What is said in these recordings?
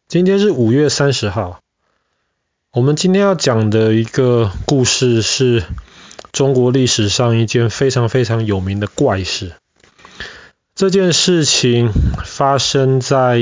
今天是5月30号。我们今天要讲的一个故事是中国历史上一件非常非常有名的怪事。这件事情发生在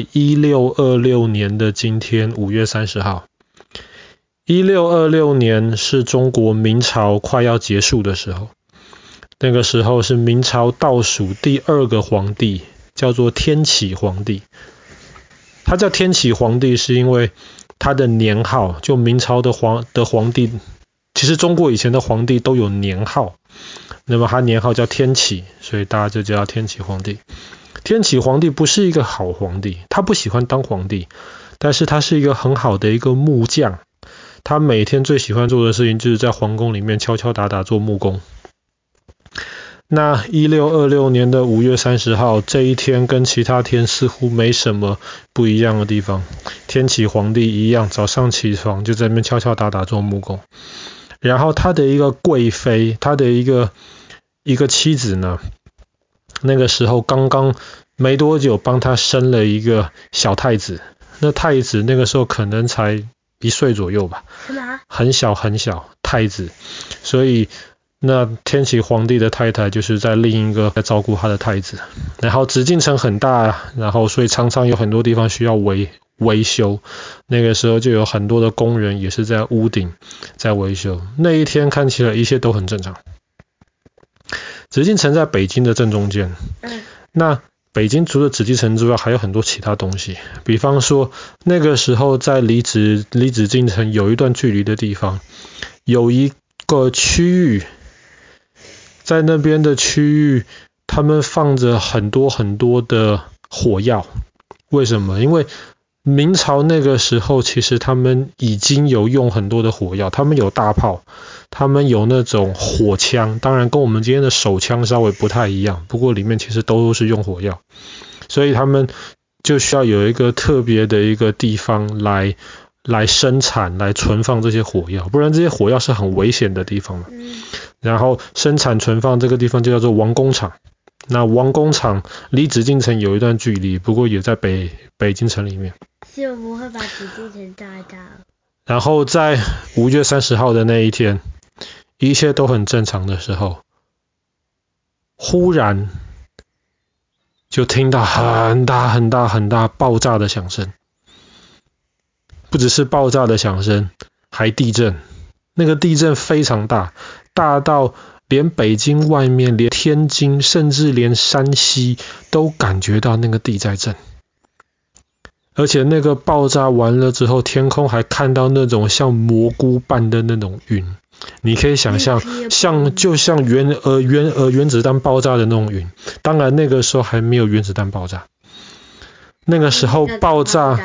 1626年的今天5月30号。1626年是中国明朝快要结束的时候。那个时候是明朝倒数第2个皇帝，叫做天启皇帝。他叫天启皇帝是因为他的年号，就明朝的皇帝，其实中国以前的皇帝都有年号，那么他年号叫天启，所以大家就叫他天启皇帝。天启皇帝不是一个好皇帝，他不喜欢当皇帝，但是他是一个很好的一个木匠。他每天最喜欢做的事情就是在皇宫里面敲敲打打做木工。那1626年的5月30号这一天跟其他天似乎没什么不一样的地方。天启皇帝一样早上起床就在那边敲敲打打做木工。然后他的一个贵妃，他的一个妻子呢，那个时候刚刚没多久帮他生了一个小太子。那太子那个时候可能才1岁左右吧，很小很小太子。所以那天启皇帝的太太就是在另一个在照顾他的太子，然后紫禁城很大，然后所以常常有很多地方需要维修。那个时候就有很多的工人也是在屋顶在维修。那一天看起来一切都很正常。紫禁城在北京的正中间。那北京除了紫禁城之外还有很多其他东西，比方说那个时候在离紫禁城有一段距离的地方有一个区域，在那边的区域他们放着很多很多的火药。为什么？因为明朝那个时候其实他们已经有用很多的火药，他们有大炮，他们有那种火枪，当然跟我们今天的手枪稍微不太一样，不过里面其实都是用火药，所以他们就需要有一个特别的一个地方来生产来存放这些火药，不然这些火药是很危险的地方嘛。然后生产存放这个地方就叫做王工厂。那王工厂离紫禁城有一段距离，不过也在北京城里面。 是我不会把紫禁城炸掉。 然后在5月30号的那一天，一切都很正常的时候，忽然就听到很大很大很大爆炸的响声。不只是爆炸的响声，还地震。那个地震非常大，大到连北京外面，连天津，甚至连山西都感觉到那个地在震。而且那个爆炸完了之后，天空还看到那种像蘑菇般的那种云。你可以想象，就像原子弹爆炸的那种云。当然那个时候还没有原子弹爆炸。那个时候爆炸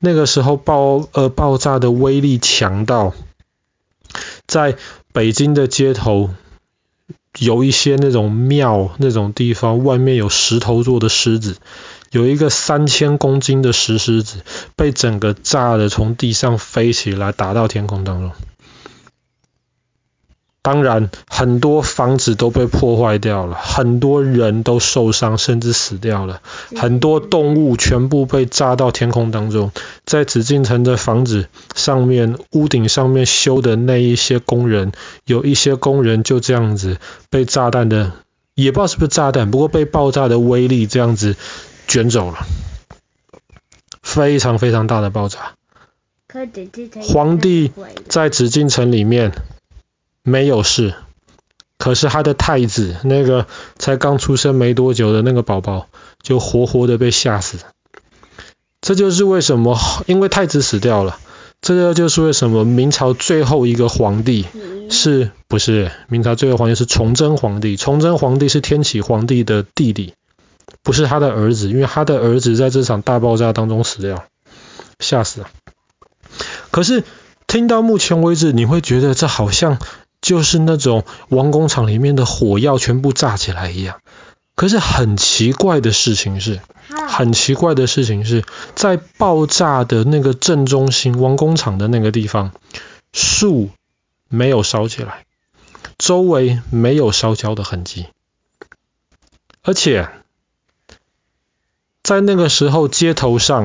的威力强到，在北京的街头有一些那种庙那种地方，外面有石头做的狮子，有一个3000公斤的石狮子被整个炸的从地上飞起来，打到天空当中。当然很多房子都被破坏掉了，很多人都受伤甚至死掉了，很多动物全部被炸到天空当中。在紫禁城的房子上面，屋顶上面修的那一些工人，有一些工人就这样子被炸弹的，也不知道是不是炸弹，不过被爆炸的威力这样子卷走了。非常非常大的爆炸。皇帝在紫禁城里面没有事，可是他的太子，那个才刚出生没多久的那个宝宝，就活活的被吓死。这就是为什么，因为太子死掉了，这就是为什么明朝最后一个皇帝不是明朝最后皇帝是崇祯皇帝。崇祯皇帝是天启皇帝的弟弟，不是他的儿子，因为他的儿子在这场大爆炸当中死掉，吓死了。可是听到目前为止，你会觉得这好像就是那种王工厂里面的火药全部炸起来一样。可是很奇怪的事情是，在爆炸的那个正中心，王工厂的那个地方，树没有烧起来，周围没有烧焦的痕迹。而且在那个时候街头上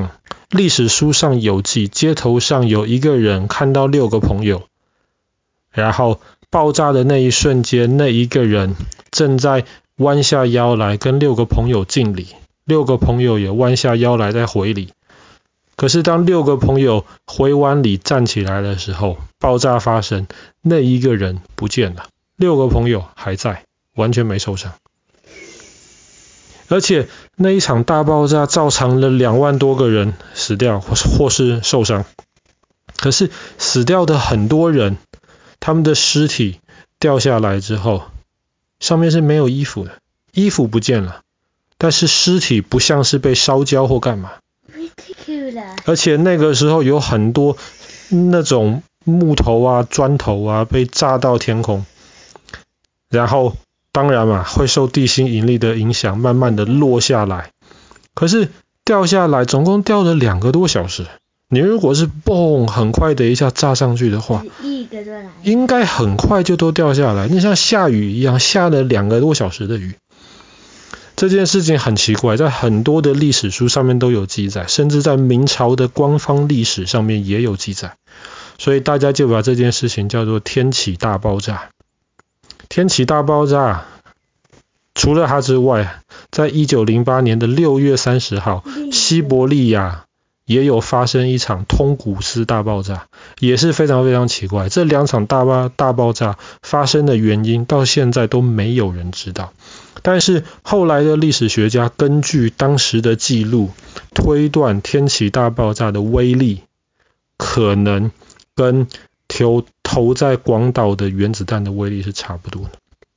历史书上有记，街头上有一个人看到6个朋友，然后爆炸的那一瞬间，那一个人正在弯下腰来跟6个朋友敬礼，6个朋友也弯下腰来在回礼。可是当6个朋友回完礼站起来的时候，爆炸发生，那一个人不见了，6个朋友还在，完全没受伤。而且那一场大爆炸造成了2万多个人死掉或是受伤。可是死掉的很多人，他们的尸体掉下来之后，上面是没有衣服的，衣服不见了，但是尸体不像是被烧焦或干嘛。而且那个时候有很多那种木头啊、砖头啊被炸到天空，然后当然嘛，会受地心引力的影响，慢慢的落下来。可是掉下来总共掉了2个多小时。你如果是嘣很快的一下炸上去的话，应该很快就都掉下来。那像下雨一样，下了2个多小时的雨。这件事情很奇怪，在很多的历史书上面都有记载，甚至在明朝的官方历史上面也有记载。所以大家就把这件事情叫做天启大爆炸。天启大爆炸除了它之外，在1908年的6月30号，西伯利亚也有发生一场通古斯大爆炸，也是非常非常奇怪。这2场大爆炸发生的原因到现在都没有人知道。但是后来的历史学家根据当时的记录，推断天启大爆炸的威力可能跟投在广岛的原子弹的威力是差不多的。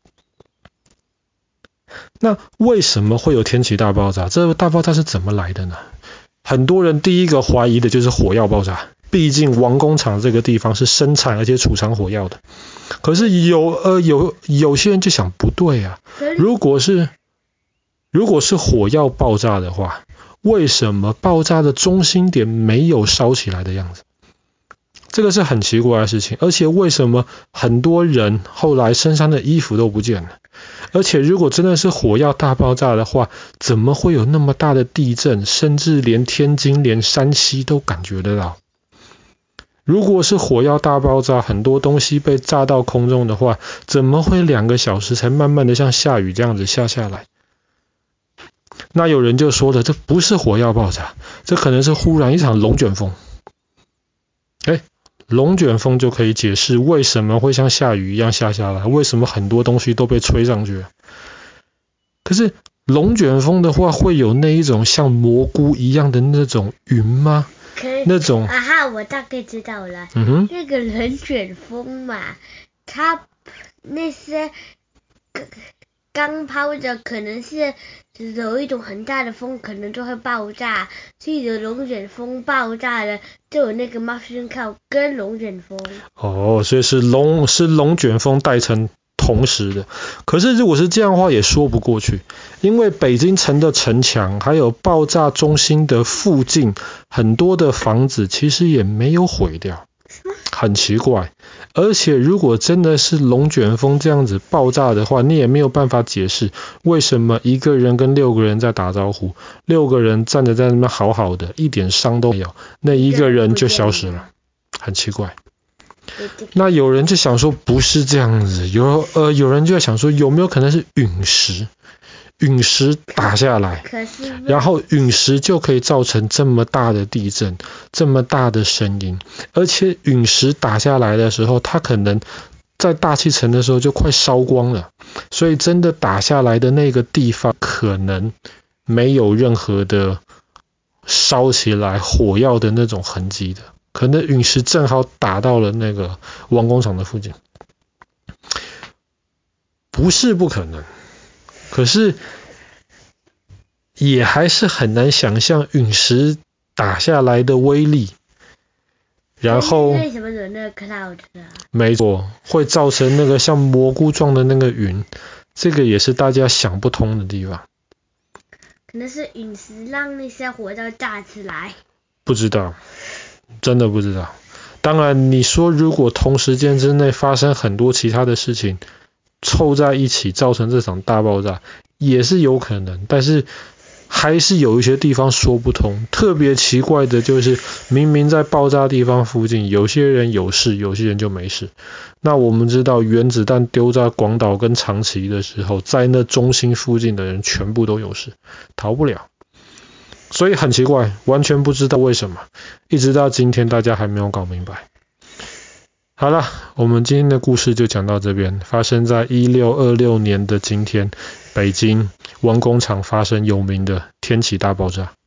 那为什么会有天启大爆炸？这个大爆炸是怎么来的呢？很多人第一个怀疑的就是火药爆炸，毕竟王工厂这个地方是生产而且储藏火药的。可是有些人就想，不对啊，如果是火药爆炸的话，为什么爆炸的中心点没有烧起来的样子？这个是很奇怪的事情。而且为什么很多人后来身上的衣服都不见了？而且如果真的是火药大爆炸的话，怎么会有那么大的地震，甚至连天津连山西都感觉得到？如果是火药大爆炸，很多东西被炸到空中的话，怎么会2个小时才慢慢的像下雨这样子下下来？那有人就说了，这不是火药爆炸，这可能是忽然一场龙卷风。龙卷风就可以解释为什么会像下雨一样下下来，为什么很多东西都被吹上去。可是龙卷风的话，会有那一种像蘑菇一样的那种云吗？那种我大概知道了。那个龙卷风嘛，它那些刚抛着可能是有一种很大的风，可能就会爆炸，所以有龙卷风爆炸了，就有那个 mushroom cloud 跟龙卷风。 所以是龙卷风带成同时的。可是如果是这样的话也说不过去，因为北京城的城墙还有爆炸中心的附近很多的房子其实也没有毁掉，很奇怪。而且如果真的是龙卷风这样子爆炸的话，你也没有办法解释为什么一个人跟6个人在打招呼，6个人站着在那边好好的，一点伤都没有，那一个人就消失了，很奇怪。那有人就想说不是这样子，有人就在想说有没有可能是陨石打下来，然后陨石就可以造成这么大的地震，这么大的声音。而且陨石打下来的时候，它可能在大气层的时候就快烧光了，所以真的打下来的那个地方可能没有任何的烧起来火药的那种痕迹的，可能陨石正好打到了那个王工厂的附近。不是不可能，可是也还是很难想象陨石打下来的威力，然后为什么有那个 cloud 啊？ 没错，会造成那个像蘑菇状的那个云，这个也是大家想不通的地方。 可能是陨石让那些火药炸起来。 不知道，真的不知道。当然你说如果同时间之内发生很多其他的事情凑在一起造成这场大爆炸也是有可能，但是还是有一些地方说不通。特别奇怪的就是，明明在爆炸地方附近，有些人有事，有些人就没事。那我们知道，原子弹丢在广岛跟长崎的时候，在那中心附近的人全部都有事，逃不了。所以很奇怪，完全不知道为什么，一直到今天大家还没有搞明白。好了，我们今天的故事就讲到这边。发生在1626年的今天，北京王工厂发生有名的天启大爆炸。